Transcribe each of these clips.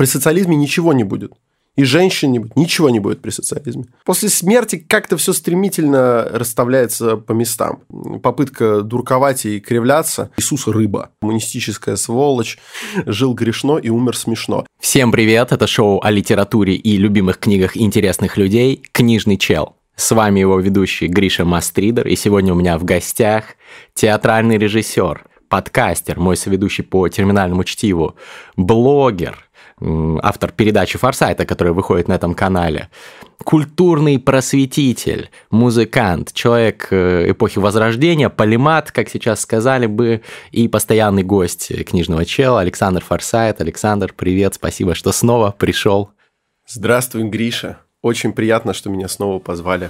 При социализме ничего не будет. И женщин не будет, ничего не будет при социализме. После смерти как-то все стремительно расставляется по местам. Попытка дурковать и кривляться. Иисус – рыба. Коммунистическая сволочь. Жил грешно и умер смешно. Всем привет, это шоу о литературе и любимых книгах интересных людей «Книжный чел». С вами его ведущий Гриша Мастридер, и сегодня у меня в гостях театральный режиссер, подкастер, мой соведущий по терминальному чтиву, блогер, автор передачи «Форсайта», которая выходит на этом канале, культурный просветитель, музыкант, человек эпохи Возрождения, полемат, как сейчас сказали бы, и постоянный гость «Книжного чела» Александр Форсайт. Александр, привет, спасибо, что снова пришел. Здравствуй, Гриша. Очень приятно, что меня снова позвали.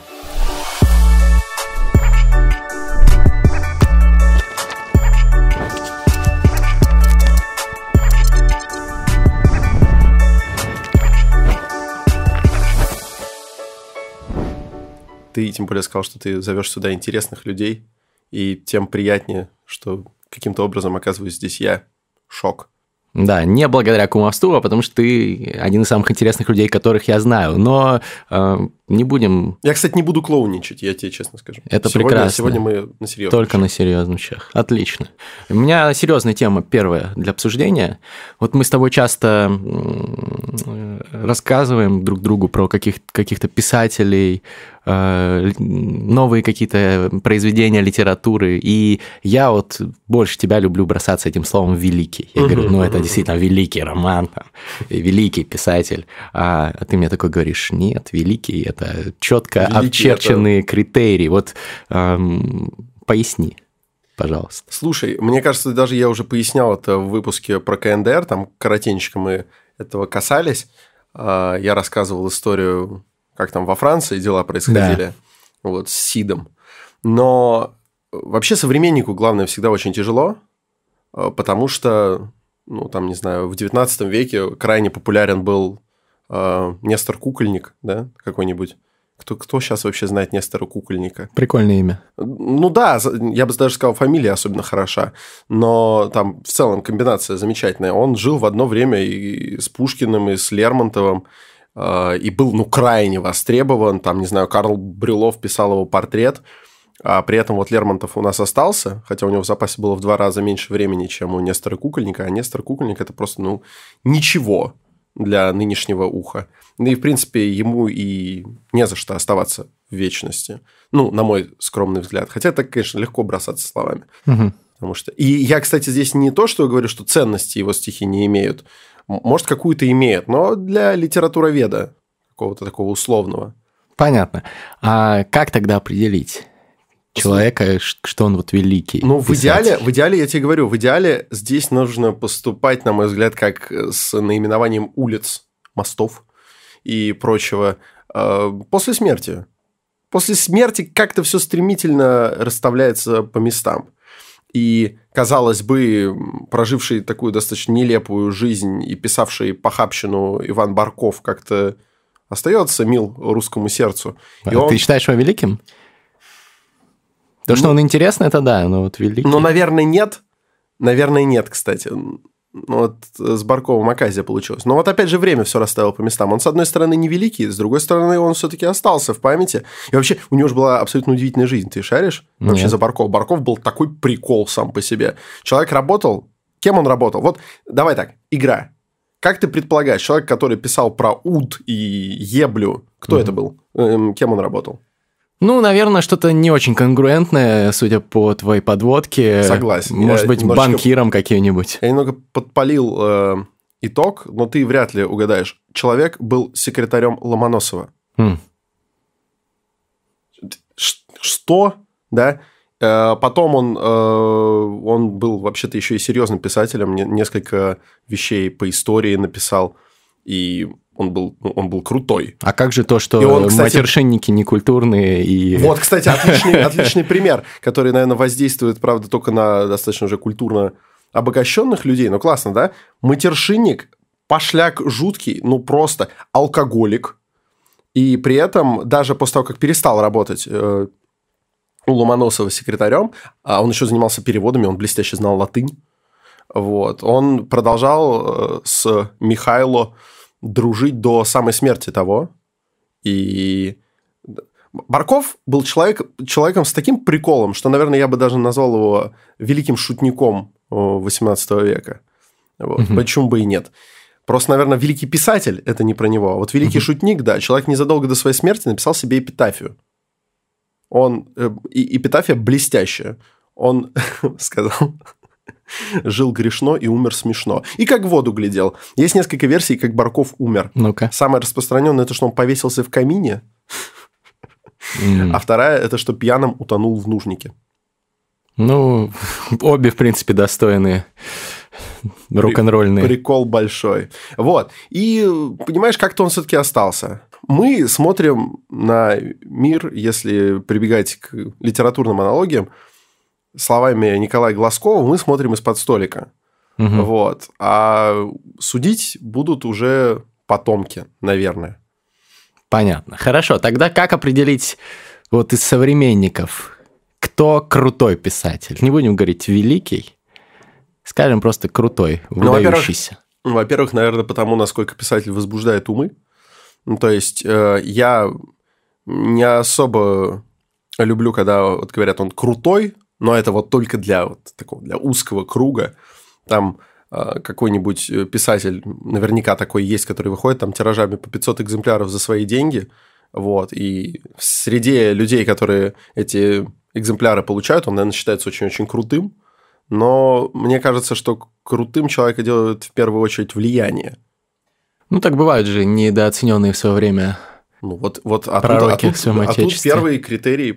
Ты тем более сказал, что ты зовешь сюда интересных людей, и тем приятнее, что каким-то образом оказываюсь здесь я. Шок. Да, не благодаря кумовству, а потому что ты один из самых интересных людей, которых я знаю. Но не будем... Я, кстати, не буду клоуничать, я тебе честно скажу. Это прекрасно. Сегодня мы на серьезных. Только на серьезных щах. Отлично. У меня серьезная тема первая для обсуждения. Вот мы с тобой часто рассказываем друг другу про каких-то писателей, новые какие-то произведения литературы, и я вот больше тебя люблю бросаться этим словом «великий». Я говорю, это действительно великий роман, великий писатель, а ты мне такой говоришь, нет, великий – это четко обчерченные критерии. Вот поясни, пожалуйста. Слушай, мне кажется, даже я уже пояснял это в выпуске про КНДР, там коротенько мы этого касались, я рассказывал историю, как там во Франции дела происходили, вот, с Сидом. Но вообще современнику, главное, всегда очень тяжело, потому что, там, не знаю, в 19 веке крайне популярен был Нестор Кукольник, да, какой-нибудь. Кто сейчас вообще знает Нестора Кукольника? Прикольное имя. Ну да, я бы даже сказал, фамилия особенно хороша, но там в целом комбинация замечательная. Он жил в одно время и с Пушкиным, и с Лермонтовым, и был, крайне востребован. Там, не знаю, Карл Брюлов писал его портрет, а при этом вот Лермонтов у нас остался, хотя у него в запасе было в 2 раза меньше времени, чем у Нестора Кукольника, а Нестор Кукольник – это просто, ничего для нынешнего уха. И, в принципе, ему и не за что оставаться в вечности. На мой скромный взгляд. Хотя так, конечно, легко бросаться словами. Угу. Потому что... И я, кстати, здесь не то, что говорю, что ценности его стихи не имеют. Может, какую-то имеет, но для литературоведа, какого-то такого условного. Понятно. А как тогда определить человека, что он вот великий? В идеале, я тебе говорю, в идеале здесь нужно поступать, на мой взгляд, как с наименованием улиц, мостов и прочего после смерти. После смерти как-то все стремительно расставляется по местам. И, казалось бы, проживший такую достаточно нелепую жизнь и писавший похабщину Иван Барков как-то остается мил русскому сердцу. Ты считаешь его великим? То, что он интересный, это да, но вот великий... наверное, нет. Наверное, нет, кстати. С Барковым оказия получилось. Но опять же время все расставило по местам. Он, с одной стороны, не великий, с другой стороны, он все-таки остался в памяти. И вообще, у него же была абсолютно удивительная жизнь. Ты шаришь вообще за Баркова? Барков был такой прикол сам по себе. Человек работал... Кем он работал? Вот, давай так, игра. Как ты предполагаешь, человек, который писал про уд и еблю, кто это был? Кем он работал? Наверное, что-то не очень конгруентное, судя по твоей подводке. Согласен. Может быть, банкиром каким-нибудь. Я немного подпалил итог, но ты вряд ли угадаешь. Человек был секретарем Ломоносова. Что? Да? Потом он был вообще-то еще и серьезным писателем. Несколько вещей по истории написал. И... Он был крутой. А как же то, что матершинники некультурные и... Вот, кстати, отличный пример, который, наверное, воздействует, правда, только на достаточно уже культурно обогащенных людей. Классно, да? Матершинник, пошляк жуткий, просто алкоголик. И при этом, даже после того, как перестал работать у Ломоносова секретарем, он еще занимался переводами, он блестяще знал латынь. Вот. Он продолжал с Михайло дружить до самой смерти того. И Барков был человеком с таким приколом, что, наверное, я бы даже назвал его великим шутником XVIII века. Вот. Почему бы и нет? Просто, наверное, великий писатель – это не про него. А вот великий шутник, да, человек незадолго до своей смерти написал себе эпитафию. Эпитафия блестящая. Он сказал: жил грешно и умер смешно. И как в воду глядел. Есть несколько версий, как Барков умер. Ну-ка. Самая распространенная – это, что он повесился в камине. А вторая – это, что пьяным утонул в нужнике. Ну, обе, в принципе, достойные. Рок-н-ролльные. Прикол большой. Вот. И, понимаешь, как-то он все-таки остался. Мы смотрим на мир, если прибегать к литературным аналогиям, словами Николая Глазкова, мы смотрим из-под столика. Вот. А судить будут уже потомки, наверное. Понятно. Хорошо. Тогда как определить вот из современников, кто крутой писатель? Не будем говорить великий, скажем просто крутой, выдающийся. Во-первых, наверное, потому, насколько писатель возбуждает умы. Ну, то есть, я не особо люблю, когда вот говорят, он крутой, но это вот только для узкого круга. Там какой-нибудь писатель, наверняка такой есть, который выходит там тиражами по 500 экземпляров за свои деньги. Вот, и в среде людей, которые эти экземпляры получают, он, наверное, считается очень-очень крутым. Но мне кажется, что крутым человека делают в первую очередь влияние. Ну, так бывают же недооцененные в свое время пророки в своем отечестве. Тут первый критерий.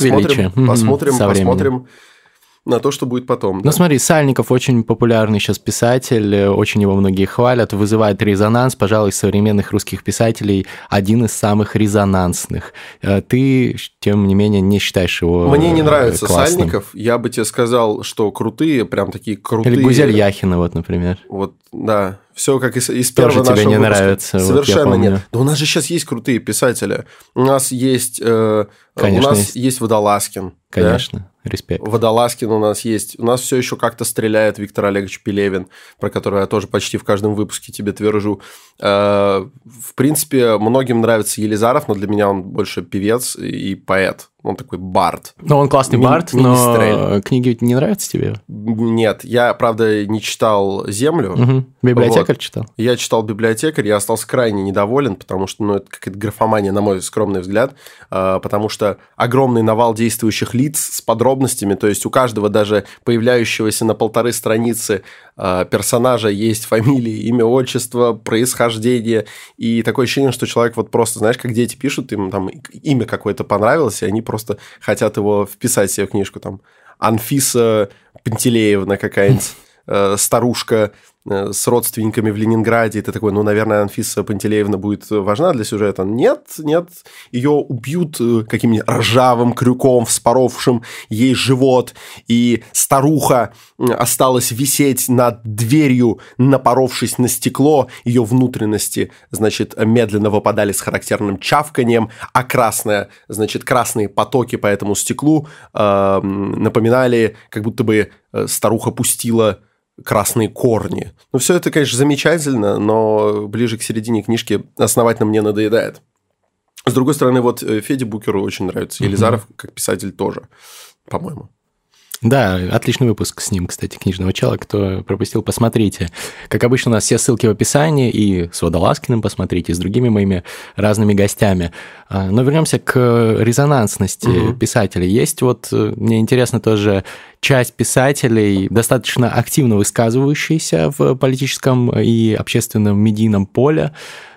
Посмотрим на то, что будет потом. Ну, смотри, Сальников очень популярный сейчас писатель, очень его многие хвалят, вызывает резонанс, пожалуй, из современных русских писателей один из самых резонансных. Ты, тем не менее, не считаешь его Мне не нравится классным. Сальников. Я бы тебе сказал, что крутые, прям такие крутые. Или Гузель Яхина, вот, например. Вот, да. Все как из первого нашего тебе не выпуска. нравится. Совершенно вот нет. Да у нас же сейчас есть крутые писатели. У нас есть, есть Водолазкин. Конечно, да? респект. Водолазкин у нас есть. У нас все еще как-то стреляет Виктор Олегович Пелевин, про которого я тоже почти в каждом выпуске тебе твержу. В принципе, многим нравится Елизаров, но для меня он больше певец и поэт. Он такой бард. Ну, он классный бард, но книги ведь не нравятся тебе? Нет, я, правда, не читал «Землю». Угу. Библиотекарь читал? Я читал «Библиотекарь», я остался крайне недоволен, потому что это какая-то графомания, на мой скромный взгляд, потому что огромный навал действующих лиц с подробностями, то есть у каждого даже появляющегося на 1,5 страницы персонажа есть фамилия, имя, отчество, происхождение, и такое ощущение, что человек вот просто, знаешь, как дети пишут, им там имя какое-то понравилось, и они просто хотят его вписать себе в книжку, там Анфиса Пантелеевна какая-нибудь, старушка с родственниками в Ленинграде, и ты такой, наверное, Анфиса Пантелеевна будет важна для сюжета. Нет, ее убьют каким-нибудь ржавым крюком, вспоровшим ей живот, и старуха осталась висеть над дверью, напоровшись на стекло, ее внутренности, значит, медленно выпадали с характерным чавканием, а красные потоки по этому стеклу напоминали, как будто бы старуха пустила красные корни. Ну, все это, конечно, замечательно, но ближе к середине книжки основательно мне надоедает. С другой стороны, вот Феде Букеру очень нравится. Елизаров, как писатель, тоже, по-моему. Да, отличный выпуск с ним, кстати, «Книжного чела». Кто пропустил, посмотрите. Как обычно, у нас все ссылки в описании, и с Водолазкиным посмотрите, и с другими моими разными гостями. Но вернемся к резонансности писателей. Есть вот, мне интересно тоже, часть писателей, достаточно активно высказывающиеся в политическом и общественном медийном поле,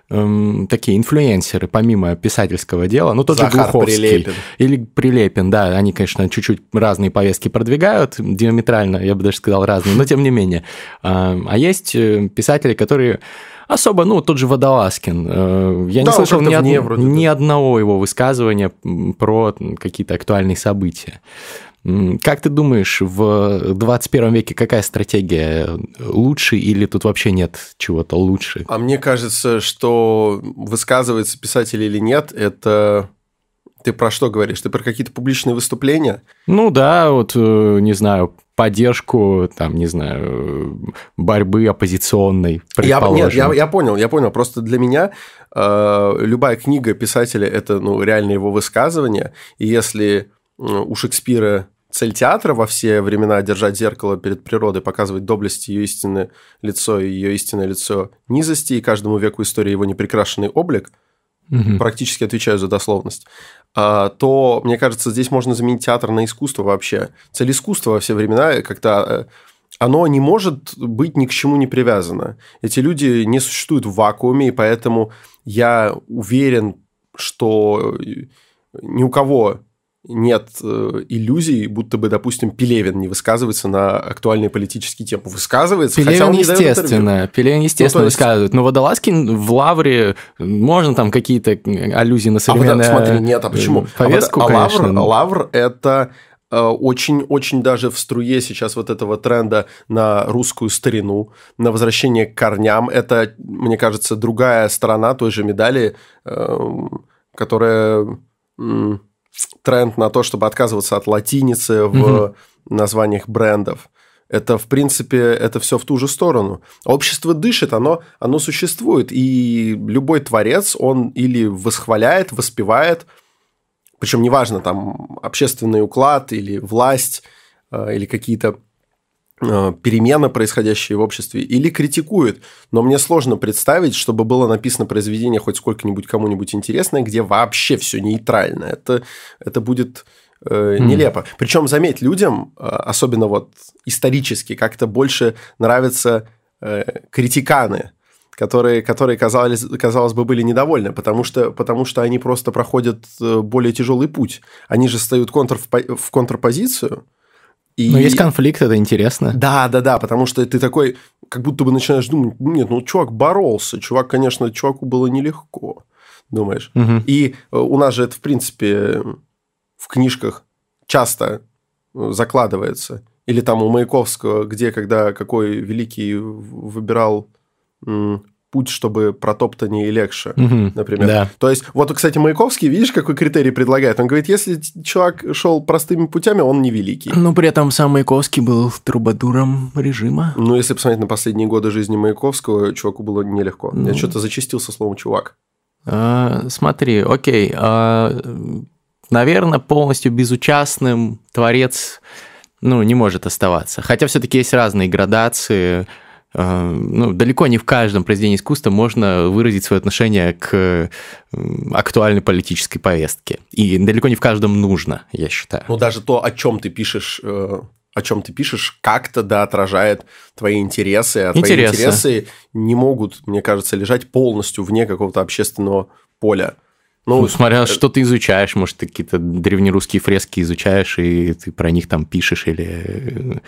такие инфлюенсеры, помимо писательского дела, ну, тот Захар же Глуховский. Прилепин. Или Прилепин, да, они, конечно, чуть-чуть разные повестки продвигают, диаметрально, я бы даже сказал, разные, но тем не менее. А есть писатели, которые особо, тот же Водолазкин. Я не слышал ни одного его высказывания про какие-то актуальные события. Как ты думаешь, в 21 веке какая стратегия лучше или тут вообще нет чего-то лучше? А мне кажется, что высказывается писатель или нет, это Ты про что говоришь? Ты про какие-то публичные выступления? Ну да, вот, не знаю, поддержку, там, не знаю, борьбы оппозиционной, предположим. Я понял. Просто для меня любая книга писателя – это реально его высказывание. И если у Шекспира цель театра во все времена держать зеркало перед природой, показывать доблесть ее истинное лицо и ее истинное лицо низости, и каждому веку истории его неприкрашенный облик, практически отвечаю за дословность, то, мне кажется, здесь можно заменить театр на искусство вообще. Цель искусства во все времена как-то... Оно не может быть ни к чему не привязано. Эти люди не существуют в вакууме, и поэтому я уверен, что ни у кого нет иллюзий, будто бы, допустим, Пелевин не высказывается на актуальные политические темы. Высказывается, Пелевин, хотя он не естественно, высказывает. Но Водолазкин в Лавре, можно там какие-то аллюзии на современную смотри, нет, а почему? Повестку, конечно. Лавр – это очень даже в струе сейчас вот этого тренда на русскую старину, на возвращение к корням. Это, мне кажется, другая сторона той же медали, которая... тренд на то, чтобы отказываться от латиницы в названиях брендов. Это, в принципе, это все в ту же сторону. Общество дышит, оно существует. И любой творец, он или восхваляет, воспевает, причем неважно, там, общественный уклад или власть, или какие-то перемены, происходящие в обществе, или критикует. Но мне сложно представить, чтобы было написано произведение хоть сколько-нибудь кому-нибудь интересное, где вообще все нейтрально. Это будет нелепо. Причем, заметь, людям, особенно вот исторически, как-то больше нравятся критиканы, которые казалось бы, были недовольны, потому что они просто проходят более тяжелый путь. Они же встают в контрпозицию. Но есть конфликт, это интересно. Да, потому что ты такой, как будто бы начинаешь думать, нет, чувак боролся, чуваку было нелегко, думаешь. И у нас же это, в принципе, в книжках часто закладывается. Или там у Маяковского, когда какой великий выбирал путь, чтобы протоптаннее и легче, например. Да. То есть, вот, кстати, Маяковский, видишь, какой критерий предлагает? Он говорит, если человек шел простыми путями, он не великий. Но при этом сам Маяковский был трубадуром режима. Если посмотреть на последние годы жизни Маяковского, чуваку было нелегко. Я что-то зачастил со словом «чувак». Смотри, окей. Наверное, полностью безучастным творец не может оставаться. Хотя все-таки есть разные градации. Далеко не в каждом произведении искусства можно выразить свое отношение к актуальной политической повестке. И далеко не в каждом нужно, я считаю. Даже то, о чем ты пишешь, как-то отражает твои интересы, а твои интересы не могут, мне кажется, лежать полностью вне какого-то общественного поля. Смотря, что ты изучаешь, может, ты какие-то древнерусские фрески изучаешь, и ты про них там пишешь, или...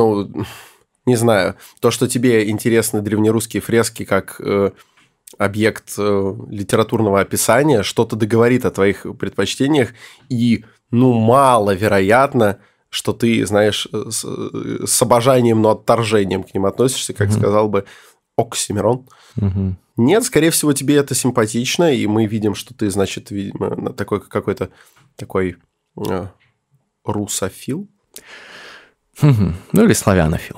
Не знаю, то, что тебе интересны древнерусские фрески как объект литературного описания, что-то договорит о твоих предпочтениях, и, маловероятно, что ты, знаешь, с обожанием, но отторжением к ним относишься, как сказал бы Оксимирон. Нет, скорее всего, тебе это симпатично, и мы видим, что ты, значит, видимо, такой какой-то такой русофил. Или славянофил.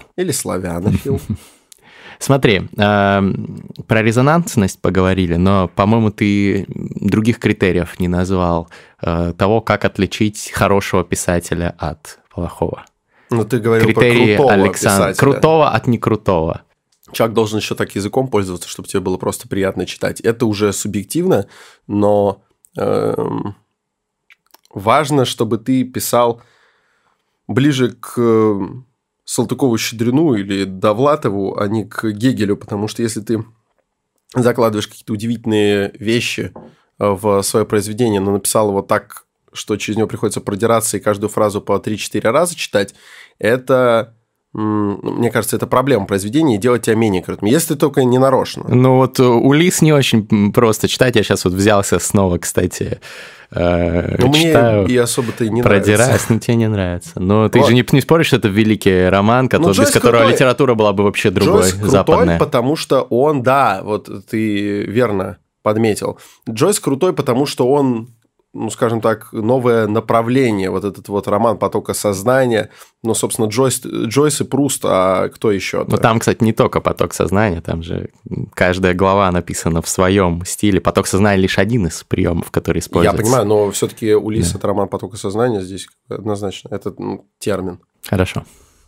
Смотри, про резонансность поговорили, но, по-моему, ты других критериев не назвал того, как отличить хорошего писателя от плохого. Ты говорил критерии про крутого писателя. Крутого от некрутого. Человек должен еще так языком пользоваться, чтобы тебе было просто приятно читать. Это уже субъективно, но важно, чтобы ты писал ближе к Салтыкову-Щедрину или Довлатову, а не к Гегелю, потому что если ты закладываешь какие-то удивительные вещи в свое произведение, но написал его так, что через него приходится продираться и каждую фразу по 3-4 раза читать, это, мне кажется, это проблема произведения и делать тебя менее крутым, если только не нарочно. Улисс не очень просто читать. Я сейчас взялся снова, кстати, читаю. Мне и особо-то и не продираюсь, нравится. Тебе не нравится. Но ты же не споришь, что это великий роман, без которого литература была бы вообще другой, Джойс крутой, западная. Потому что он, ты верно подметил. Джойс крутой, потому что он ну, скажем так, новое направление, вот этот вот роман «Потока сознания». Ну, собственно, Джойс и Пруст, а кто еще? Ну, там, кстати, не только «Поток сознания», там же каждая глава написана в своем стиле. «Поток сознания» лишь один из приемов, который используется. Я понимаю, но все-таки «Улисс» это роман «Потока сознания», здесь однозначно, это термин. Хорошо.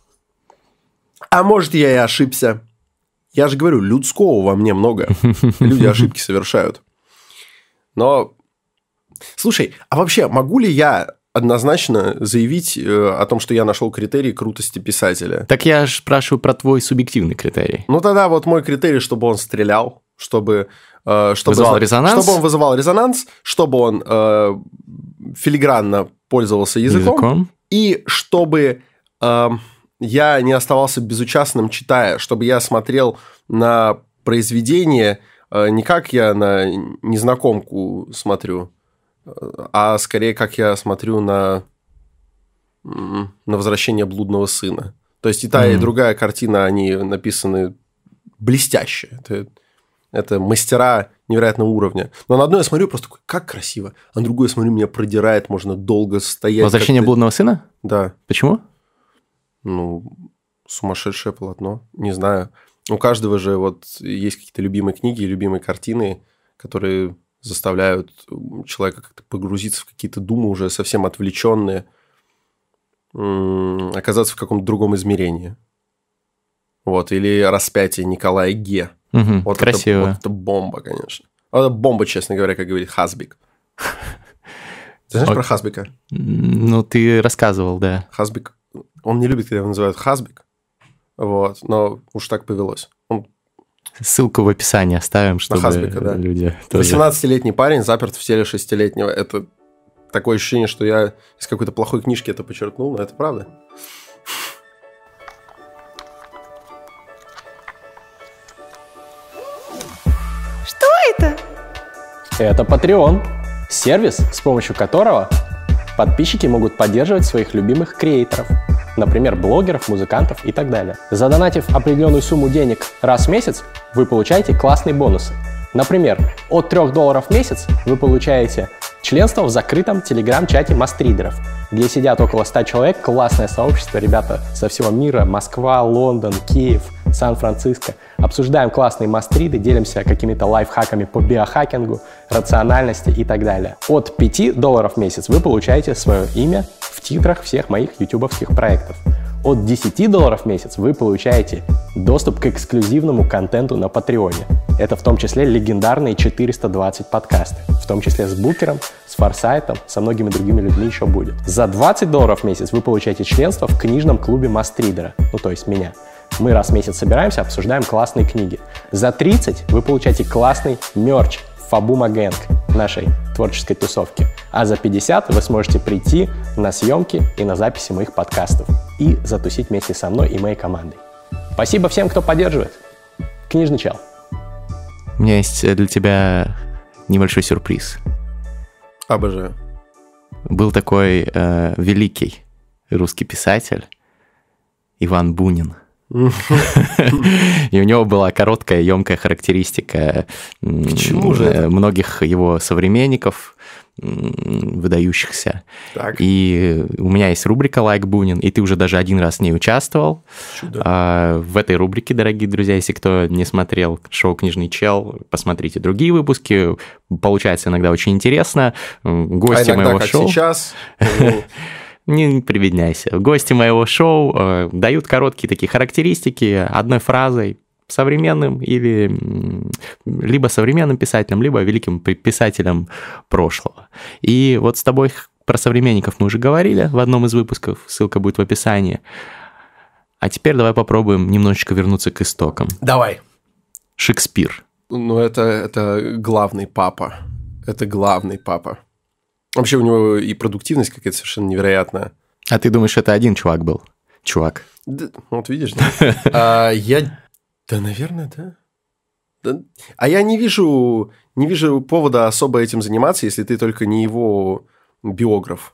А может, я и ошибся. Я же говорю, людского во мне много. Люди ошибки совершают. Но, слушай, а вообще могу ли я однозначно заявить о том, что я нашел критерий крутости писателя? Так я же спрашиваю про твой субъективный критерий. Ну, тогда вот мой критерий, чтобы он стрелял, чтобы вызывал резонанс? Чтобы он вызывал резонанс, чтобы он филигранно пользовался языком. И чтобы я не оставался безучастным, читая, чтобы я смотрел на произведение не как я на незнакомку смотрю, а скорее как я смотрю на «Возвращение блудного сына». То есть и та, и другая картина, они написаны блестяще. Это мастера невероятного уровня. Но на одной я смотрю просто как красиво, а на другой я смотрю, меня продирает, можно долго стоять. «Возвращение блудного сына»? Да. Почему? Ну, сумасшедшее полотно. Не знаю. У каждого же вот есть какие-то любимые книги, любимые картины, которые заставляют человека как-то погрузиться в какие-то думы уже совсем отвлеченные, оказаться в каком-то другом измерении. Вот. Или «Распятие» Николая Ге. Вот красиво. Это бомба, конечно. Это бомба, честно говоря, как говорит Хазбик. Ты знаешь про Хазбика? Ну, ты рассказывал, да. Хазбик. Он не любит, когда его называют Хазбик. Вот, но уж так повелось. Ссылку в описании оставим, чтобы Хазбика, да. Люди тоже... 18-летний парень заперт в теле 6-летнего. Это такое ощущение, что я из какой-то плохой книжки это подчеркнул, но это правда. Что это? Это Patreon. Сервис, с помощью которого подписчики могут поддерживать своих любимых креаторов. Например, блогеров, музыкантов и так далее. Задонатив определенную сумму денег раз в месяц, вы получаете классные бонусы. Например, от $3 в месяц вы получаете членство в закрытом телеграм-чате мастридеров, где сидят около 100 человек, классное сообщество, ребята со всего мира, Москва, Лондон, Киев, Сан-Франциско. Обсуждаем классные мастриды, делимся какими-то лайфхаками по биохакингу, рациональности и так далее. От $5 в месяц вы получаете свое имя в титрах всех моих ютубовских проектов. От $10 в месяц вы получаете доступ к эксклюзивному контенту на Патреоне. Это в том числе легендарные 420 подкасты, в том числе с Букером, с Форсайтом, со многими другими людьми еще будет. За $20 в месяц вы получаете членство в книжном клубе Мастридера, ну то есть меня. Мы раз в месяц собираемся, обсуждаем классные книги. За 30 вы получаете классный мерч Фабума Гэнг нашей творческой тусовки. А за 50 вы сможете прийти на съемки и на записи моих подкастов и затусить вместе со мной и моей командой. Спасибо всем, кто поддерживает. Книжный чел. У меня есть для тебя небольшой сюрприз. Обожаю. Был такой великий русский писатель Иван Бунин. И у него была короткая, емкая характеристика многих его современников, выдающихся. Так. И у меня есть рубрика «Лайк Бунин», и ты уже даже один раз в ней участвовал. В этой рубрике, дорогие друзья, если кто не смотрел шоу «Книжный чел», посмотрите другие выпуски. Получается иногда очень интересно. Гости моего шоу... сейчас... Не прибедняйся. Гости моего шоу дают короткие такие характеристики одной фразой современным или либо современным писателем, либо великим писателем прошлого. И вот с тобой про современников мы уже говорили в одном из выпусков, ссылка будет в описании. А теперь давай попробуем немножечко вернуться к истокам. Давай. Шекспир. Ну, это главный папа. Это главный папа. Вообще у него и продуктивность какая-то совершенно невероятная. А ты думаешь, это один чувак был? Чувак. Да, вот видишь, да? Да, наверное, да. А я не вижу повода особо этим заниматься, если ты только не его биограф.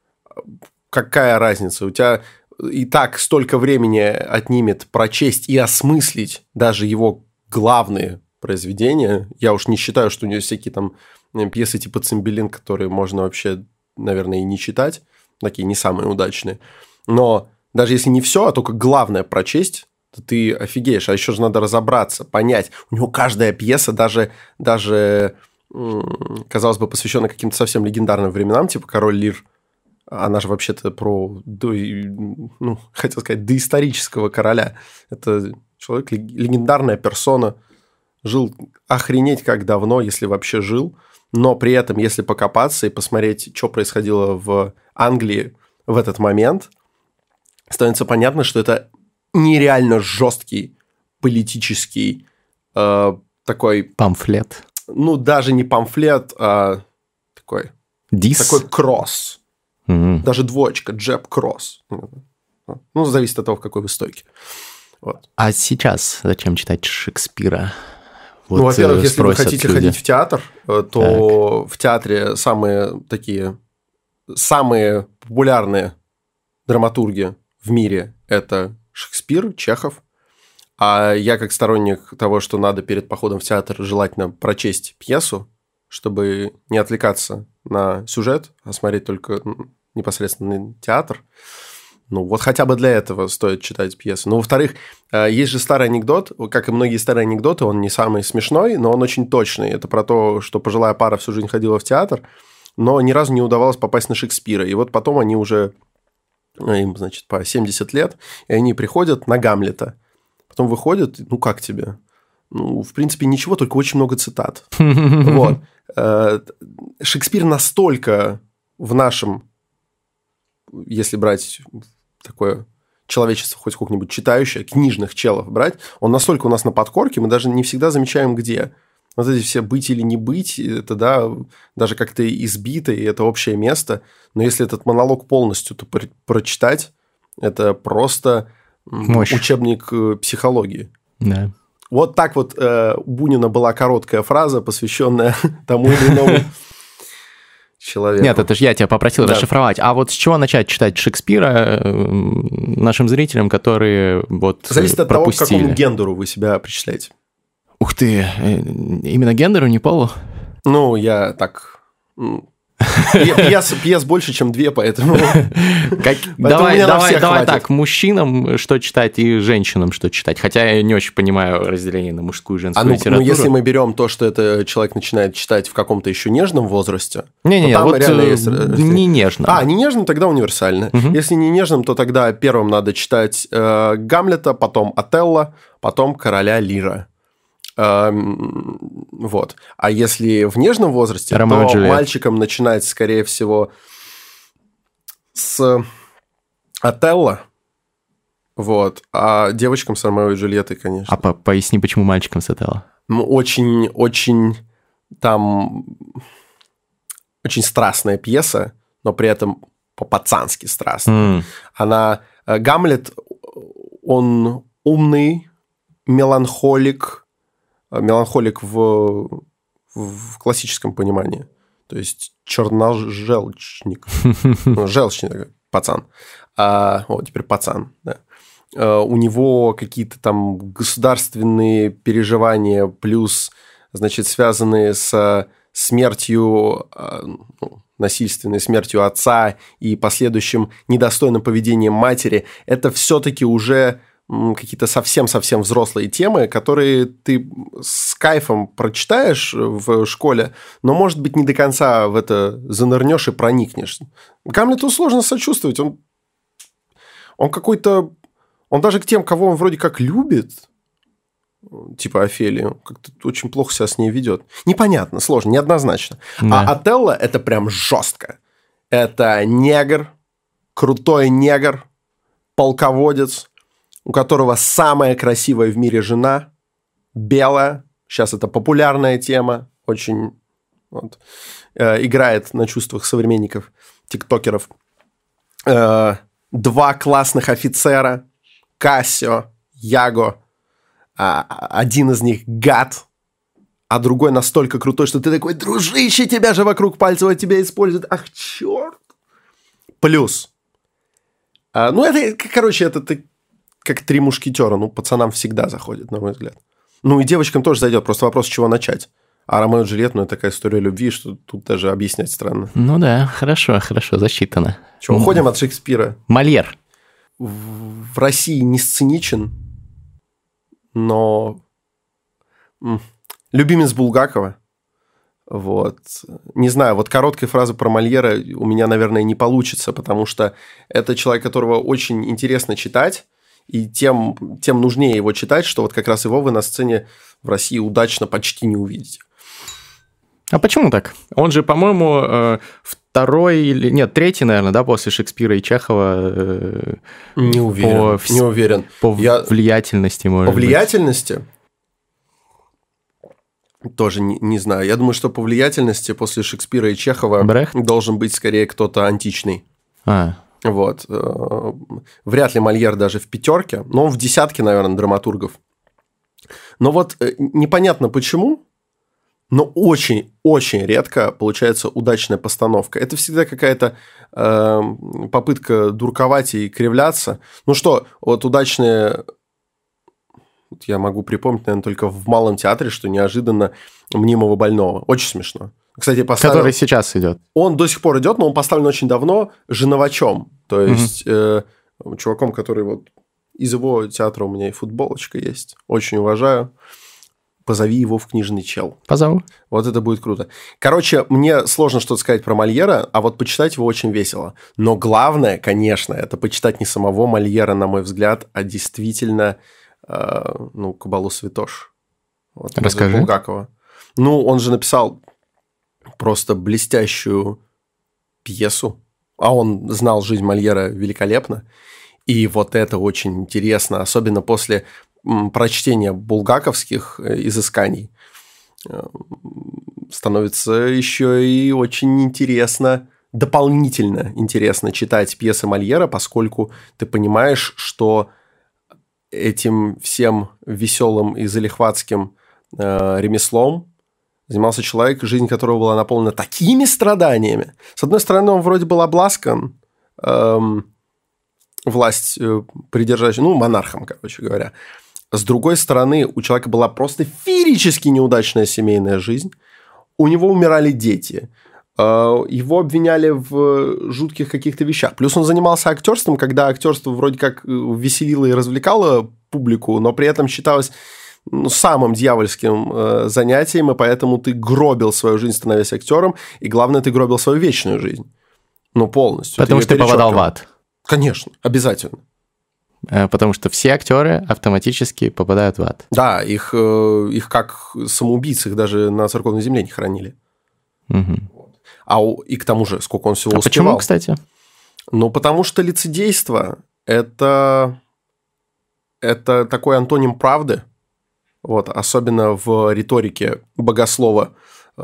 Какая разница? У тебя и так столько времени отнимет прочесть и осмыслить даже его главные произведения. Я уж не считаю, что у него всякие там пьесы типа «Цимбелин», которые можно вообще, наверное, и не читать, такие не самые удачные. Но даже если не все, а только главное прочесть, то ты офигеешь. А еще же надо разобраться, понять. У него каждая пьеса, даже казалось бы, посвященная каким-то совсем легендарным временам, типа «Король Лир», она же вообще-то про, хотел сказать, доисторического короля. Это человек, легендарная персона, жил охренеть как давно, если вообще жил. Но при этом, если покопаться и посмотреть, что происходило в Англии в этот момент, становится понятно, что это нереально жесткий политический такой... Памфлет. Ну, даже не памфлет, а такой... Дис? Такой кросс. Даже двоечка, джеб-кросс. Ну, зависит от того, в какой вы стойке. Вот. А сейчас зачем читать Шекспира? Вот, ну, во-первых, если вы хотите люди. ходить в театр, то в театре самые популярные драматурги в мире – это Шекспир, Чехов. А я, как сторонник того, что надо перед походом в театр желательно прочесть пьесу, чтобы не отвлекаться на сюжет, а смотреть только непосредственно театр. Ну, вот хотя бы для этого стоит читать пьесы. Но, во-вторых, есть же старый анекдот, как и многие старые анекдоты, он не самый смешной, но он очень точный. Это про то, что пожилая пара всю жизнь ходила в театр, но ни разу не удавалось попасть на Шекспира. И вот потом они уже, им, значит, по 70 лет, и они приходят на Гамлета. Потом выходят, ну, как тебе? Ну, в принципе, ничего, только очень много цитат. Вот. Шекспир настолько в нашем, если брать такое человечество хоть сколько-нибудь читающее, книжных челов брать, он настолько у нас на подкорке, мы даже не всегда замечаем, где. Вот эти все быть или не быть, это, да, даже как-то избито, и это общее место. Но если этот монолог полностью прочитать, это просто мощь. Учебник психологии. Да. Вот так вот у Бунина была короткая фраза, посвященная тому или иному человеку. Нет, это же я тебя попросил расшифровать. А вот с чего начать читать Шекспира нашим зрителям, которые вот зависит от пропустили? того, к какому гендеру вы себя причисляете. Ух ты, именно гендеру, не полу? Ну, я так... Пьес больше, чем 2, поэтому... Давай так, мужчинам что читать и женщинам что читать. Хотя я не очень понимаю разделение на мужскую и женскую литературу. Ну, если мы берем то, что это человек начинает читать в каком-то еще нежном возрасте... Не-не, вот не нежном. Не нежным, тогда универсально. Если не нежным, то тогда первым надо читать Гамлета, потом Отелло, потом Короля Лира. Вот. А если в нежном возрасте, то мальчикам начинать, скорее всего, с Отелло, вот, а девочкам с Ромео и Джульеттой, конечно. А поясни, почему мальчикам с Отелло? Очень там очень страстная пьеса, но при этом по-пацански страстная. Гамлет, он умный, меланхолик в классическом понимании. То есть черножелчник. Желчный такой пацан. Теперь пацан. Да. У него какие-то там государственные переживания, плюс, значит, связанные с смертью, насильственной смертью отца и последующим недостойным поведением матери. Это все-таки уже... какие-то совсем-совсем взрослые темы, которые ты с кайфом прочитаешь в школе, но, может быть, не до конца в это занырнешь и проникнешь. Гамлету сложно сочувствовать. Он какой-то... Он даже к тем, кого он вроде как любит, типа Офелию, как-то очень плохо себя с ней ведет. Непонятно, сложно, неоднозначно. Да. А Отелло – это прям жестко. Это негр, крутой негр, полководец, у которого самая красивая в мире жена, белая, сейчас это популярная тема, очень играет на чувствах современников, тиктокеров. 2 классных офицера, Кассио, Яго, один из них гад, а другой настолько крутой, что ты такой: дружище, тебя же вокруг пальцев тебя используют, ах, черт. Плюс, это как 3 мушкетера, пацанам всегда заходит, на мой взгляд. И девочкам тоже зайдет, просто вопрос, с чего начать. А Ромео и Джульетта, ну, это такая история любви, что тут даже объяснять странно. Ну да, хорошо, засчитано. Что, уходим от Шекспира? Мольер. В России не сценичен, но любимец Булгакова. Вот. Не знаю, вот короткой фразы про Мольера у меня, наверное, не получится, потому что это человек, которого очень интересно читать, и тем нужнее его читать, что вот как раз его вы на сцене в России удачно почти не увидите. А почему так? Он же, по-моему, третий, наверное, да, после Шекспира и Чехова. Не уверен. По влиятельности, может быть. По влиятельности? Тоже не знаю. Я думаю, что по влиятельности после Шекспира и Чехова Брехт? должен быть скорее кто-то античный. Вот. Вряд ли Мольер даже в 5, но он в 10, наверное, драматургов. Но вот непонятно почему, но очень-очень редко получается удачная постановка. Это всегда какая-то попытка дурковать и кривляться. Ну что, вот удачные... Я могу припомнить, наверное, только в Малом театре, что неожиданно «Мнимого больного». Очень смешно. Кстати, который сейчас идет. Он до сих пор идет, но он поставлен очень давно Женовачом. То есть чуваком, который вот из его театра у меня и футболочка есть. Очень уважаю. Позови его в книжный чел. Позову. Вот это будет круто. Короче, мне сложно что-то сказать про Мольера, а вот почитать его очень весело. Но главное, конечно, это почитать не самого Мольера, на мой взгляд, а действительно... Кабалу Святош. Вот, расскажи. Булгакова. Ну, он же написал просто блестящую пьесу, а он знал жизнь Мольера великолепно. И вот это очень интересно, особенно после прочтения булгаковских изысканий. Становится еще и очень интересно, дополнительно интересно читать пьесы Мольера, поскольку ты понимаешь, что этим всем веселым и залихватским ремеслом занимался человек, жизнь которого была наполнена такими страданиями. С одной стороны, он вроде был обласкан власть придержащей, монархом, короче говоря. С другой стороны, у человека была просто феерически неудачная семейная жизнь. У него умирали дети. Его обвиняли в жутких каких-то вещах. Плюс он занимался актерством, когда актерство вроде как веселило и развлекало публику, но при этом считалось самым дьявольским занятием, и поэтому ты гробил свою жизнь, становясь актером, и главное, ты гробил свою вечную жизнь. Полностью. Потому что ты попадал в ад. Конечно, обязательно. Потому что все актеры автоматически попадают в ад. Да, их как самоубийц, их даже на церковной земле не хоронили. Угу. И к тому же, сколько он всего успевал. Почему, кстати? Потому что лицедейство – это такой антоним правды, вот, особенно в риторике богослова,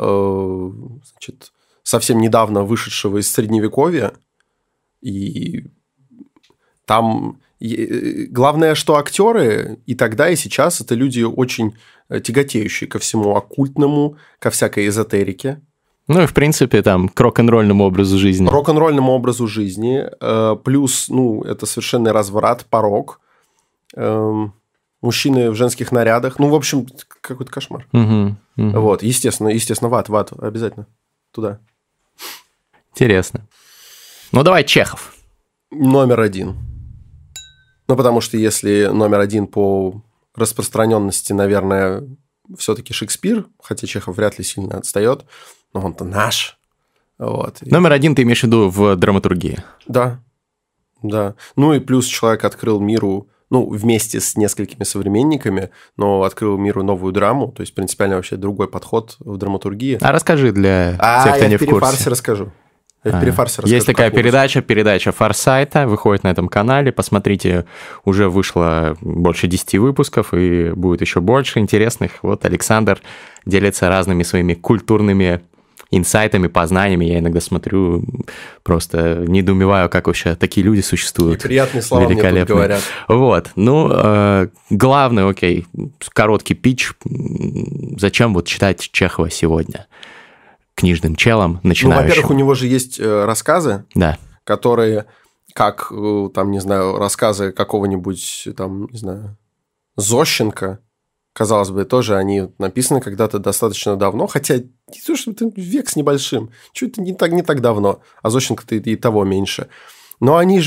совсем недавно вышедшего из Средневековья. И там главное, что актеры и тогда, и сейчас – это люди очень тяготеющие ко всему оккультному, ко всякой эзотерике. Ну и, в принципе, там, к рок-н-ролльному образу жизни. Рок-н-ролльному образу жизни. Плюс, это совершенный разврат, порок. Мужчины в женских нарядах. В общем, какой-то кошмар. Вот, естественно, в ад обязательно. Туда. Интересно. Давай Чехов. Номер 1. Потому что если номер 1 по распространенности, наверное, все-таки Шекспир, хотя Чехов вряд ли сильно отстает, но он-то наш. Вот. Номер 1 ты имеешь в виду в драматургии? Да. И плюс человек открыл миру, вместе с несколькими современниками, но открыл миру новую драму, то есть принципиально вообще другой подход в драматургии. А расскажи для тех, кто не в курсе. Я в перефарсе расскажу. Есть такая передача «Форсайта», выходит на этом канале, посмотрите, уже вышло больше 10 выпусков, и будет еще больше интересных. Вот Александр делится разными своими культурными инсайтами, познаниями. Я иногда смотрю, просто недоумеваю, как вообще такие люди существуют. И приятные слова мне тут говорят. Вот. Главное, короткий питч. Зачем читать Чехова сегодня? Книжным челом, начинающим. Во-первых, у него же есть рассказы, да, которые, как, рассказы какого-нибудь, Зощенко, казалось бы, тоже они написаны когда-то достаточно давно, хотя не то, что это век с небольшим, чуть не так давно, а Зощенко-то и того меньше. Но они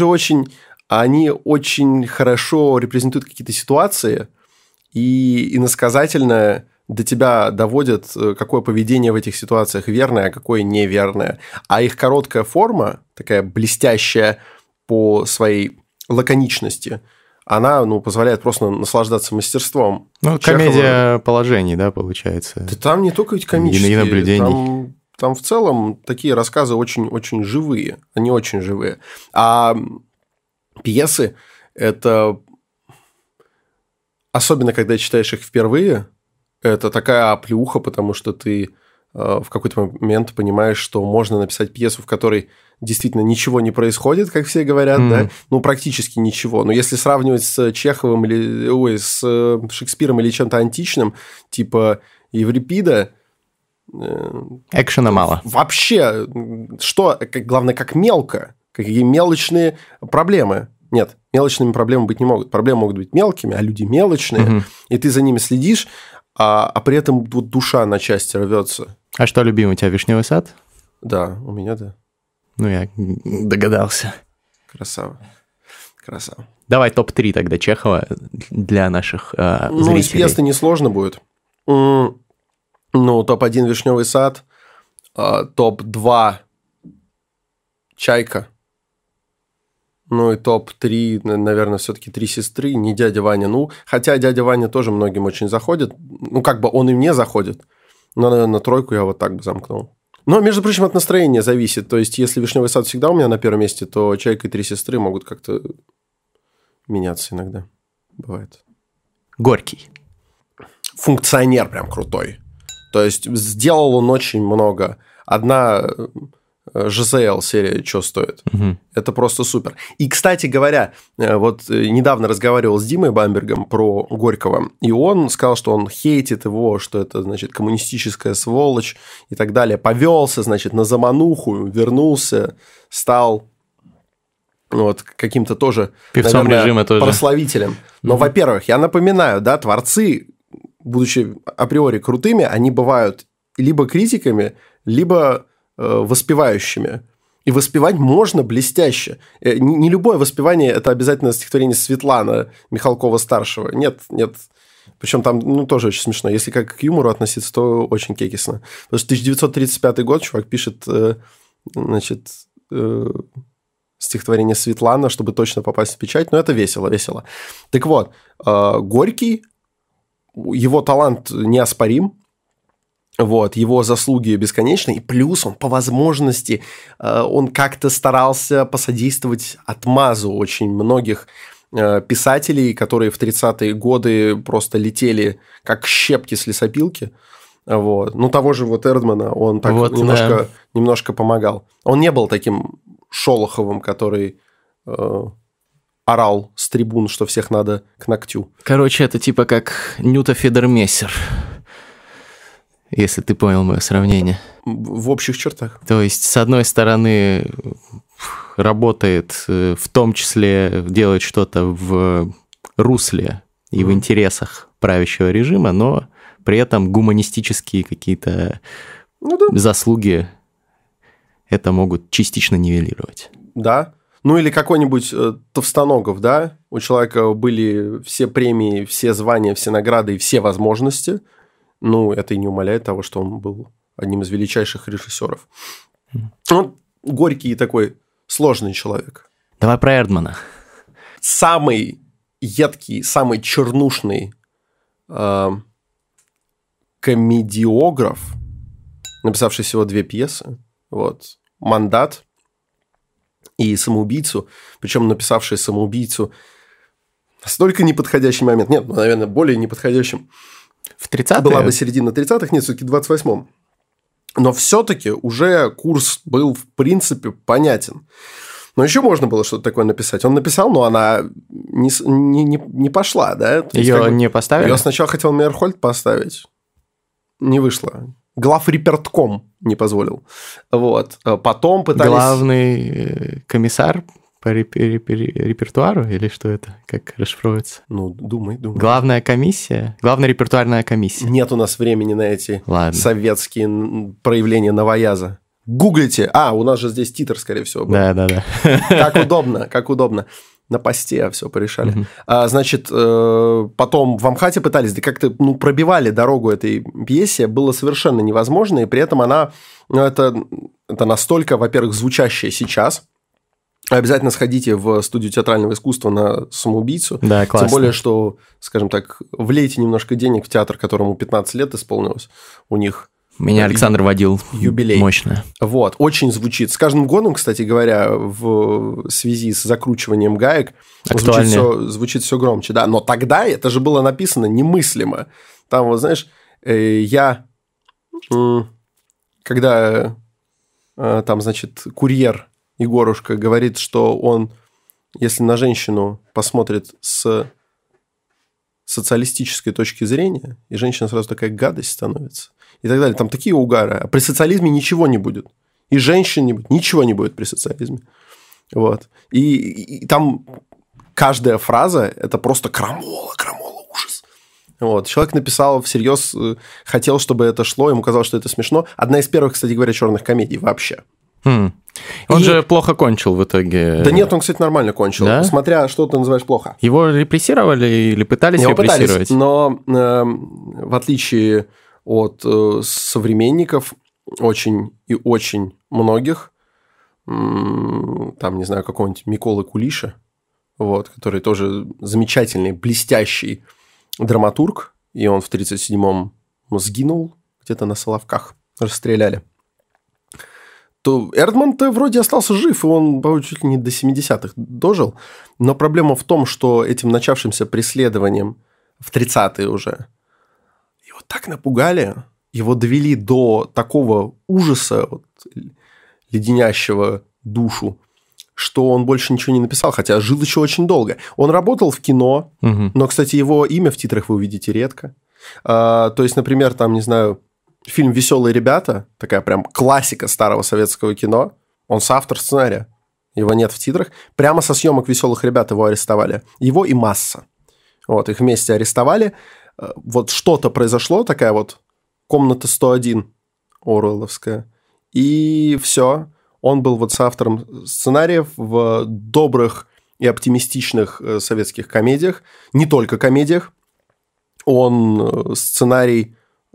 очень хорошо репрезентуют какие-то ситуации, и иносказательно до тебя доводят, какое поведение в этих ситуациях верное, а какое неверное. А их короткая форма, такая блестящая по своей лаконичности, она позволяет просто наслаждаться мастерством. Комедия положений, да, получается. Да там не только ведь комические. И наблюдений. Там в целом такие рассказы очень живые. Они очень живые. А пьесы – это... Особенно, когда читаешь их впервые, это такая оплеуха, потому что ты в какой-то момент понимаешь, что можно написать пьесу, в которой действительно ничего не происходит, как все говорят, да? Практически ничего. Но если сравнивать с Чеховым с Шекспиром или чем-то античным, типа Еврипида... Экшена мало. Вообще, главное, как мелко, какие мелочные проблемы. Нет, мелочными проблемами быть не могут. Проблемы могут быть мелкими, а люди мелочные, и ты за ними следишь, а при этом душа на части рвется. А что любимый у тебя, «Вишневый сад»? Да, у меня да. Я догадался. Красава. Давай топ-3 тогда Чехова для наших зрителей. Из пьес-то несложно будет. Топ-1 «Вишневый сад», топ-2 «Чайка». И топ-3, наверное, все-таки «Три сестры», не «Дядя Ваня». Хотя «Дядя Ваня» тоже многим очень заходит. Он и мне заходит. Но, наверное, на тройку я вот так бы замкнул. Но, между прочим, от настроения зависит. То есть, если «Вишневый сад» всегда у меня на первом месте, то «Чайка» и «Три сестры» могут как-то меняться иногда. Бывает. Горький. Функционер прям крутой. То есть, сделал он очень много. Одна... ЖЗЛ серия «Чё стоит?». Это просто супер. И, кстати говоря, вот недавно разговаривал с Димой Бамбергом про Горького, и он сказал, что он хейтит его, что это, значит, коммунистическая сволочь и так далее. Повелся, значит, на замануху, вернулся, стал каким-то тоже, певцом наверное, режима тоже. Прославителем. Но, во-первых, я напоминаю, да, творцы, будучи априори крутыми, они бывают либо критиками, либо... воспевающими. И воспевать можно блестяще. Не любое воспевание – это обязательно стихотворение Светлана Михалкова-старшего. Нет. Причем там тоже очень смешно. Если как к юмору относиться, то очень кекисно. Потому что 1935 год чувак пишет, стихотворение Светлана, чтобы точно попасть в печать. Но это весело. Так вот, Горький, его талант неоспорим. Его заслуги бесконечны, и плюс он по возможности, он как-то старался посодействовать отмазу очень многих писателей, которые в 30-е годы просто летели как щепки с лесопилки. Того же Эрдмана он так немножко помогал. Он не был таким Шолоховым, который орал с трибун, что всех надо к ногтю. Короче, это типа как Нюта Федермессер. Если ты понял мое сравнение. В общих чертах. То есть, с одной стороны, работает, в том числе делает что-то в русле и в интересах правящего режима, но при этом гуманистические какие-то заслуги это могут частично нивелировать. Да. Или какой-нибудь Товстоногов, да? У человека были все премии, все звания, все награды и все возможности. Это и не умаляет того, что он был одним из величайших режиссеров. Горький такой сложный человек. Давай про Эрдмана. Самый едкий, самый чернушный комедиограф, написавший всего 2 пьесы. «Мандат» и «Самоубийцу». Причем написавший «Самоубийцу» настолько неподходящий момент. Нет, наверное, более неподходящим. В 30-е? Была бы середина 30-х, нет, все-таки в 28-м. Но все-таки уже курс был, в принципе, понятен. Но еще можно было что-то такое написать. Он написал, но она не пошла, да? Ее не поставили? Ее сначала хотел Мейерхольд поставить. Не вышло. Главрепертком не позволил. Потом пытались... Главный комиссар по репертуару или что это? Как расшифровывается? Ну, думай. Главная комиссия? Главная репертуарная комиссия. Нет у нас времени на эти советские проявления новояза. Гуглите. У нас же здесь титр, скорее всего, был. Да. Как удобно. На посте все порешали. Значит, потом в Амхате пытались, да как-то пробивали дорогу этой пьесе, было совершенно невозможно, и при этом она, это настолько, во-первых, звучащая сейчас. Обязательно сходите в студию театрального искусства на «Самоубийцу». Да, классно. Тем более, что, скажем так, влейте немножко денег в театр, которому 15 лет исполнилось. У них меня Александр водил. Юбилей. Мощно. Вот, очень звучит. С каждым годом, кстати говоря, в связи с закручиванием гаек звучит все громче. Да, но тогда это же было написано немыслимо. Там, вот знаешь, когда там, значит, курьер Егорушка говорит, что он, если на женщину посмотрит с социалистической точки зрения, и женщина сразу такая гадость становится, и так далее. Там такие угары. А при социализме ничего не будет. И женщин не будет. Ничего не будет при социализме. Вот. И там каждая фраза – это просто крамола, ужас. Вот. Человек написал всерьез, хотел, чтобы это шло, ему казалось, что это смешно. Одна из первых, кстати говоря, черных комедий вообще. Он же плохо кончил в итоге. Да нет, он, кстати, нормально кончил. Да? Смотря, что ты называешь плохо. Его репрессировали или пытались репрессировать? Пытались, но в отличие от современников, очень и очень многих, там, не знаю, какого-нибудь Миколы Кулиша, вот, который тоже замечательный, блестящий драматург, и он в 1937-м сгинул где-то на Соловках, расстреляли. То Эрдман-то вроде остался жив, и он, по-моему, чуть ли не до 70-х дожил. Но проблема в том, что этим начавшимся преследованием в 30-е уже его так напугали, его довели до такого ужаса, вот, леденящего душу, что он больше ничего не написал, хотя жил еще очень долго. Он работал в кино, но, кстати, его имя в титрах вы увидите редко. То есть, например, там, не знаю, фильм «Веселые ребята», такая прям классика старого советского кино, он соавтор сценария, его нет в титрах. Прямо со съемок «Веселых ребят» его арестовали. Его и Масса. Вот, их вместе арестовали. Вот что-то произошло, такая вот комната 101 оруэлловская. И все. Он был вот соавтором сценариев в добрых и оптимистичных советских комедиях. Не только комедиях. Он сценарий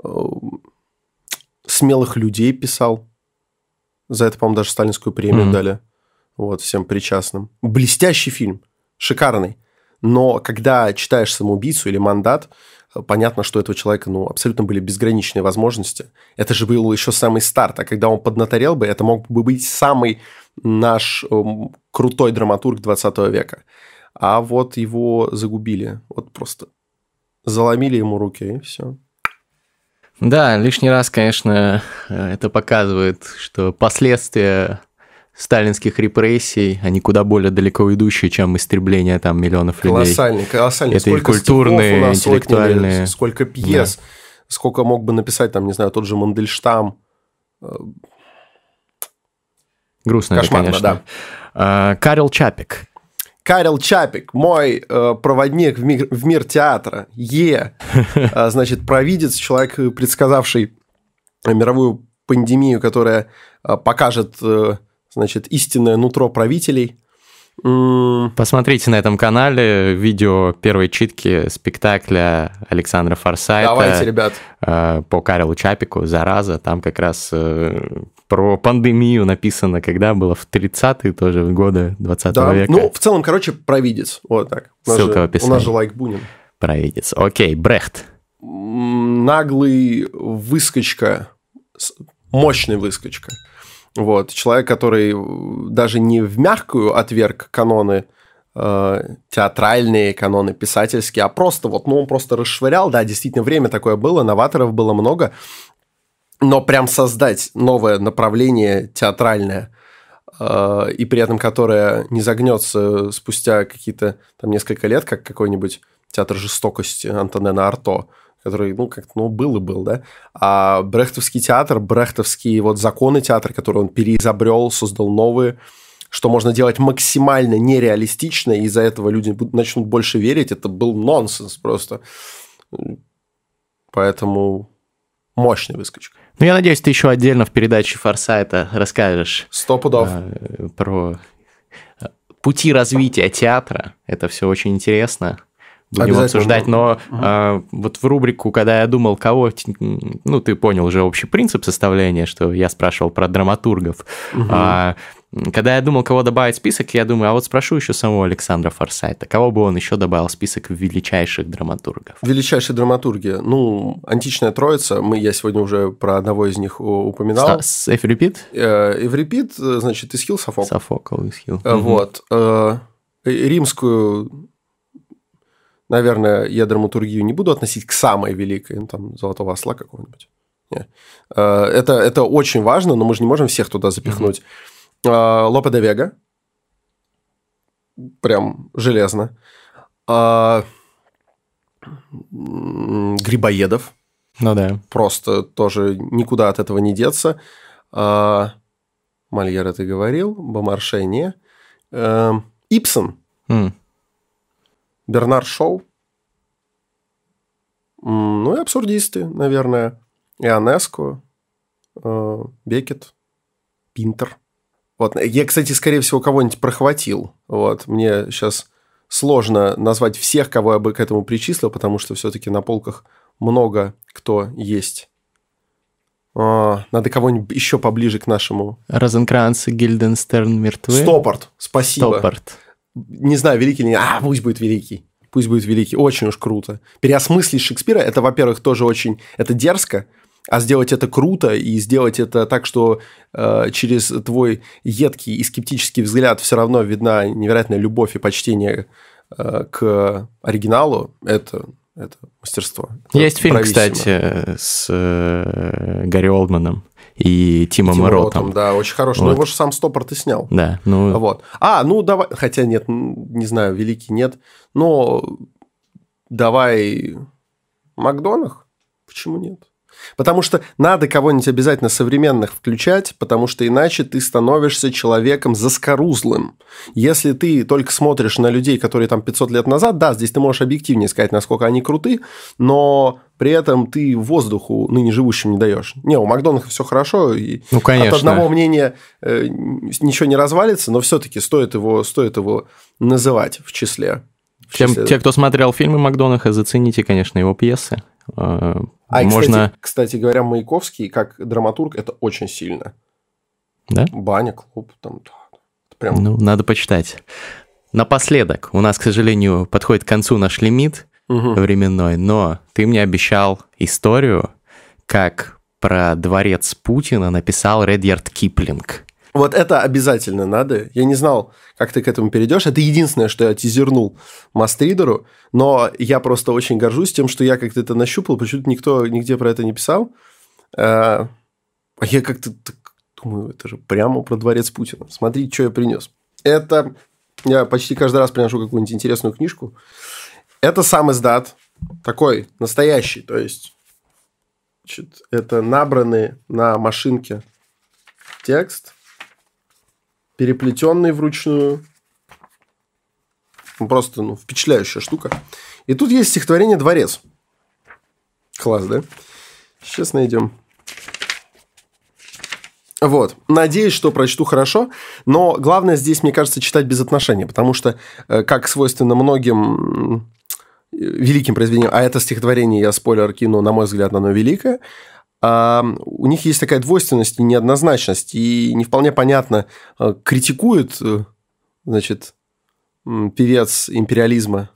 «Смелых людей» писал. За это, по-моему, даже сталинскую премию дали. Вот, всем причастным. Блестящий фильм. Шикарный. Но когда читаешь «Самоубийцу» или «Мандат», понятно, что у этого человека абсолютно были безграничные возможности. Это же был еще самый старт. А когда он поднаторел бы, это мог бы быть самый наш крутой драматург 20 века. А вот его загубили. Вот просто заломили ему руки, и все. Да, лишний раз, конечно, это показывает, что последствия сталинских репрессий, они куда более далеко идущие, чем истребление там миллионов людей. Колоссальный. Это и культурные, и интеллектуальные. Сколько пьес, сколько мог бы написать, там, не знаю, тот же Мандельштам. Грустно это, конечно. Да. Карел Чапик. Карел Чапик, мой проводник в мир театра. Значит, провидец, человек, предсказавший мировую пандемию, которая покажет, значит, истинное нутро правителей. Посмотрите на этом канале видео первой читки спектакля Александра Форсайта. Давайте, ребят. По Карлу Чапику «Зараза». Там как раз про пандемию написано, когда было в 30-е тоже годы 20 века. Ну, в целом, короче, провидец. Вот так. Ссылка в описании. У нас же лайк Бунин. Провидец. Окей, Брехт. Наглый выскочка, мощный выскочка. Вот, человек, который даже не в мягкую отверг каноны, театральные каноны, писательские, а просто вот, он просто расшвырял, да, действительно, время такое было, новаторов было много, но прям создать новое направление театральное, и при этом которое не загнется спустя какие-то там несколько лет, как какой-нибудь театр жестокости Антонена Арто, который, был и был, да. А брехтовский театр, брехтовские вот законы театра, которые он переизобрел, создал новые, что можно делать максимально нереалистично, и из-за этого люди начнут больше верить, это был нонсенс просто. Поэтому мощный выскочка. Ну, я надеюсь, ты еще отдельно в передаче «Форсайта» расскажешь 100 пудов. Про пути развития театра. Это все очень интересно. Будем обсуждать, но вот в рубрику, когда я думал, кого... Ну, ты понял уже общий принцип составления, что я спрашивал про драматургов. Когда я думал, кого добавить в список, я думаю, а вот спрошу еще самого Александра Форсайта, кого бы он еще добавил в список величайших драматургов? Величайшие драматурги. Ну, античная троица. Я сегодня уже про одного из них упоминал. Эврипид? Эврипид, значит, Эсхил, Софокл. Софокл, Эсхил. Вот. Римскую... Наверное, я драматургию не буду относить к самой великой, ну, там, «Золотого осла» какого-нибудь. Нет. Это очень важно, но мы же не можем всех туда запихнуть. Лопе де Вега. Прям железно. Грибоедов. Ну да. Просто тоже никуда от этого не деться. Мольера ты говорил, Бомарше не. Ипсон. Бернар Шоу. Ну и абсурдисты, наверное. Ионеско, Беккет, Пинтер. Вот. Я, кстати, скорее всего, кого-нибудь прохватил. Вот. Мне сейчас сложно назвать всех, кого я бы к этому причислил, потому что все-таки на полках много кто есть. Надо кого-нибудь еще поближе к нашему. Розенкранц и Гильденстерн мертвы. Стоппарт, спасибо. Стоппарт. Не знаю, великий или нет. Пусть будет великий. Пусть будет великий. Очень уж круто. Переосмыслить Шекспира, это, во-первых, тоже очень... Это дерзко, а сделать это круто и сделать это так, что через твой едкий и скептический взгляд все равно видна невероятная любовь и почтение к оригиналу, это мастерство. Есть фильм, кстати, с Гарри Олдманом и Тимом Ротом. Да, очень хороший. Вот. Но его же сам Стоппарт и снял. Да. Вот. Ну давай... Хотя нет, не знаю, великий нет. Но давай Макдонах. Почему нет? Потому что надо кого-нибудь обязательно современных включать, потому что иначе ты становишься человеком заскорузлым. Если ты только смотришь на людей, которые там 500 лет назад, да, здесь ты можешь объективнее сказать, насколько они круты, но при этом ты воздуху ныне живущим не даешь. Не, у Макдонаха все хорошо, и конечно. От одного мнения ничего не развалится, но все-таки стоит его называть в числе. Те, кто смотрел фильмы Макдонаха, зацените, конечно, его пьесы. Кстати говоря, Маяковский как драматург это очень сильно. Да? Баня, клуб, там. Прям... Ну, надо почитать. Напоследок, у нас, к сожалению, подходит к концу наш лимит временной, но ты мне обещал историю, как про дворец Путина написал Редьярд Киплинг. Вот это обязательно надо. Я не знал, как ты к этому перейдешь. Это единственное, что я тизернул Мастридеру, но я просто очень горжусь тем, что я как-то это нащупал, почему-то никто нигде про это не писал. А я как-то думаю, это же прямо про дворец Путина. Смотри, что я принес. Это... Я почти каждый раз приношу какую-нибудь интересную книжку. Это сам издат. Такой настоящий. То есть, это набранный на машинке текст, переплетенный вручную. Просто впечатляющая штука. И тут есть стихотворение «Дворец». Класс, да? Сейчас найдем. Вот. Надеюсь, что прочту хорошо. Но главное здесь, мне кажется, читать без отношения. Потому что, как свойственно многим великим произведениям, а это стихотворение, я спойлер кину, на мой взгляд, оно великое, у них есть такая двойственность и неоднозначность, и не вполне понятно, критикует, значит, певец империализма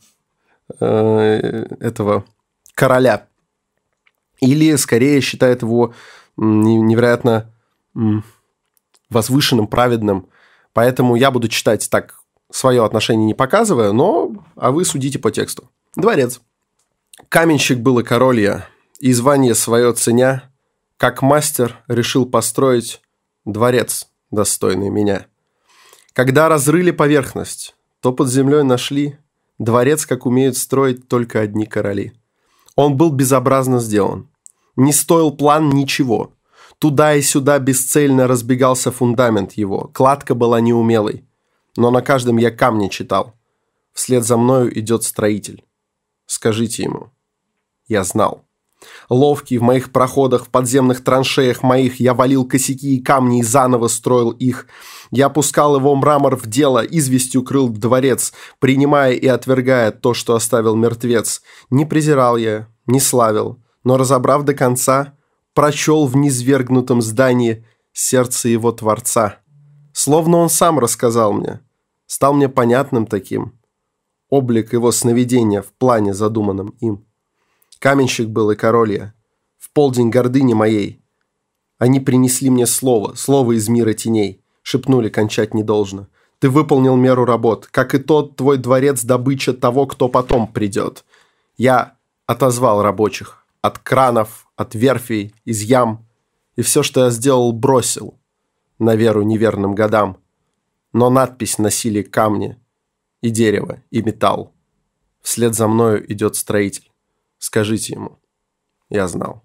этого короля, или скорее считает его невероятно возвышенным, праведным. Поэтому я буду читать так, свое отношение не показывая, а вы судите по тексту. Дворец. Каменщик был и король я, и звание свое ценя, как мастер решил построить дворец, достойный меня. Когда разрыли поверхность, то под землей нашли дворец, как умеют строить только одни короли. Он был безобразно сделан. Не стоил план ничего. Туда и сюда бесцельно разбегался фундамент его. Кладка была неумелой. но на каждом я камни читал. Вслед за мною идет строитель. Скажите ему, я знал. Ловкий в моих проходах, в подземных траншеях моих я валил косяки и камни и заново строил их. Я опускал его мрамор в дело, известью крыл в дворец, принимая и отвергая то, что оставил мертвец. Не презирал я, не славил, но, разобрав до конца, прочел в низвергнутом здании сердце его Творца. Словно он сам рассказал мне, стал мне понятным таким облик его сновидения в плане, задуманном им. Каменщик был и король я, в полдень гордыни моей. Они принесли мне слово из мира теней, шепнули, кончать не должно. Ты выполнил меру работ, как и тот твой дворец добыча того, кто потом придет. Я отозвал рабочих от кранов, от верфей, из ям, и все, что я сделал, бросил на веру неверным годам. Но надпись носили камни, и дерево, и металл. Вслед за мною идет строитель. Скажите ему. Я знал.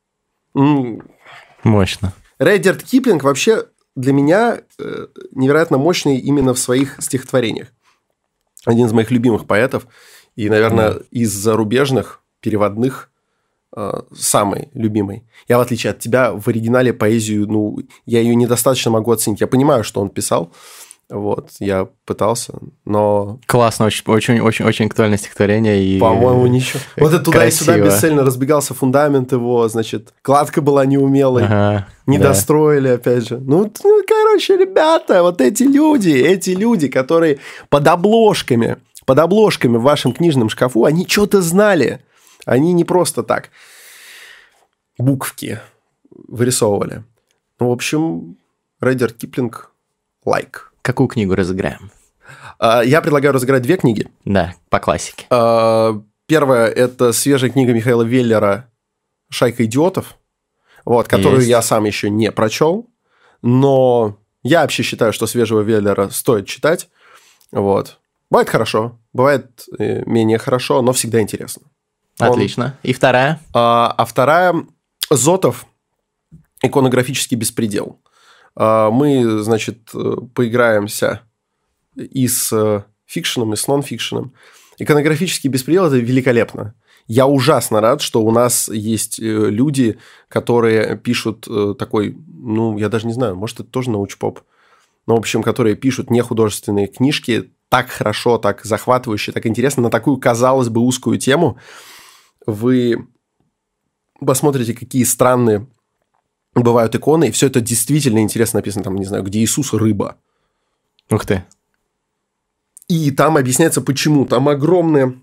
Мощно. Редьярд Киплинг вообще для меня невероятно мощный именно в своих стихотворениях. Один из моих любимых поэтов. И, наверное, из зарубежных, переводных, самый любимый. Я, в отличие от тебя, в оригинале поэзию, я ее недостаточно могу оценить. Я понимаю, что он писал. Вот, я пытался, но... Классно, очень актуальное стихотворение. И... По-моему, ничего. Вот это туда красиво. И сюда бесцельно разбегался фундамент его, значит, кладка была неумелой, недостроили, опять же. Короче, ребята, вот эти люди, которые под обложками в вашем книжном шкафу, они что-то знали. Они не просто так буквки вырисовывали. В общем, Редьярд Киплинг лайк. Какую книгу разыграем? Я предлагаю разыграть 2 книги. Да, по классике. Первая – это свежая книга Михаила Веллера «Шайка идиотов», которую я сам еще не прочел, но я вообще считаю, что свежего Веллера стоит читать. Бывает хорошо, бывает менее хорошо, но всегда интересно. Отлично. И вторая? А вторая – Зотов «Иконографический беспредел». Мы, значит, поиграемся и с фикшеном, и с нон-фикшеном. Иконографический беспредел – это великолепно. Я ужасно рад, что у нас есть люди, которые пишут такой, я даже не знаю, может, это тоже научпоп, но, в общем, которые пишут нехудожественные книжки так хорошо, так захватывающе, так интересно, на такую, казалось бы, узкую тему. Вы посмотрите, какие странные бывают иконы, и все это действительно интересно написано. Там, не знаю, где Иисус рыба. Ух ты. И там объясняется, почему. Там огромное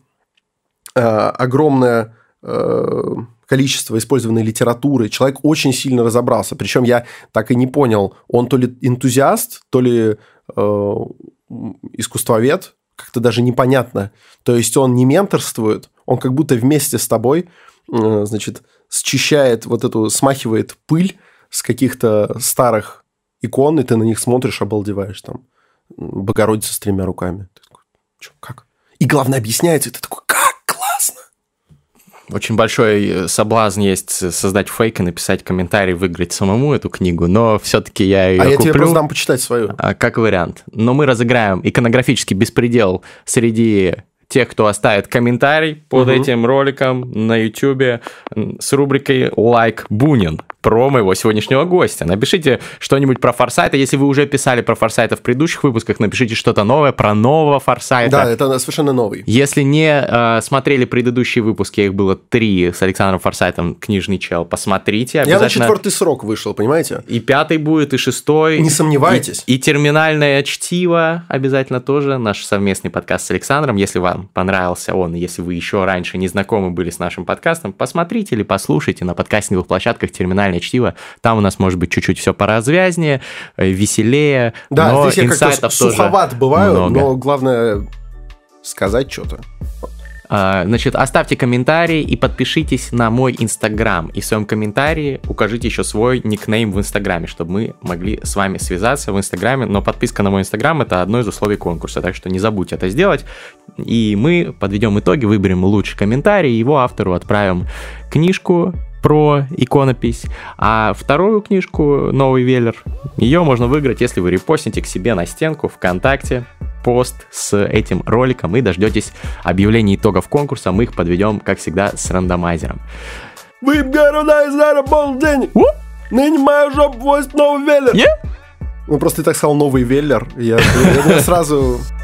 количество использованной литературы. Человек очень сильно разобрался. Причем я так и не понял, он то ли энтузиаст, то ли искусствовед. Как-то даже непонятно. То есть, он не менторствует, он как будто вместе с тобой, значит, счищает смахивает пыль с каких-то старых икон, и ты на них смотришь, обалдеваешь. Там Богородица с 3 руками. Ты такой, что, как? И главное, объясняется, и ты такой, как? Классно! Очень большой соблазн есть создать фейк и написать комментарий, выиграть самому эту книгу, но все-таки я ее куплю. Я тебе просто дам почитать свою. Как вариант. Но мы разыграем иконографический беспредел среди тех, кто оставит комментарий под этим роликом на YouTube с рубрикой «Лайк Бунин» про моего сегодняшнего гостя. Напишите что-нибудь про Форсайта. Если вы уже писали про Форсайта в предыдущих выпусках, напишите что-то новое про нового Форсайта. Да, это совершенно новый. Если не смотрели предыдущие выпуски, их было 3 с Александром Форсайтом, «Книжный чел», посмотрите. Я на 4-й срок вышел, понимаете? И 5-й будет, и 6-й. Не сомневайтесь. И «Терминальное чтиво» обязательно тоже, наш совместный подкаст с Александром. Если вам понравился он, если вы еще раньше не знакомы были с нашим подкастом, посмотрите или послушайте на подкастинговых площадках «Терминальное чтиво». Там у нас может быть чуть-чуть все поразвязнее, веселее, да, но здесь я как-то суховат бываю, много. Но главное сказать что-то. Значит, оставьте комментарий и подпишитесь на мой Инстаграм. И в своем комментарии укажите еще свой никнейм в Инстаграме, чтобы мы могли с вами связаться в Инстаграме. Но подписка на мой Инстаграм – это одно из условий конкурса, так что не забудьте это сделать. И мы подведем итоги, выберем лучший комментарий, его автору отправим книжку про иконопись. А вторую книжку «Новый Веллер», ее можно выиграть, если вы репостите к себе на стенку ВКонтакте пост с этим роликом и дождетесь объявления итогов конкурса. Мы их подведем, как всегда, с рандомайзером. Вы города заработал денег. Ныне мою жопу возит новый Веллер. Ну, просто ты так сказал «Новый Веллер». Я думаю, сразу...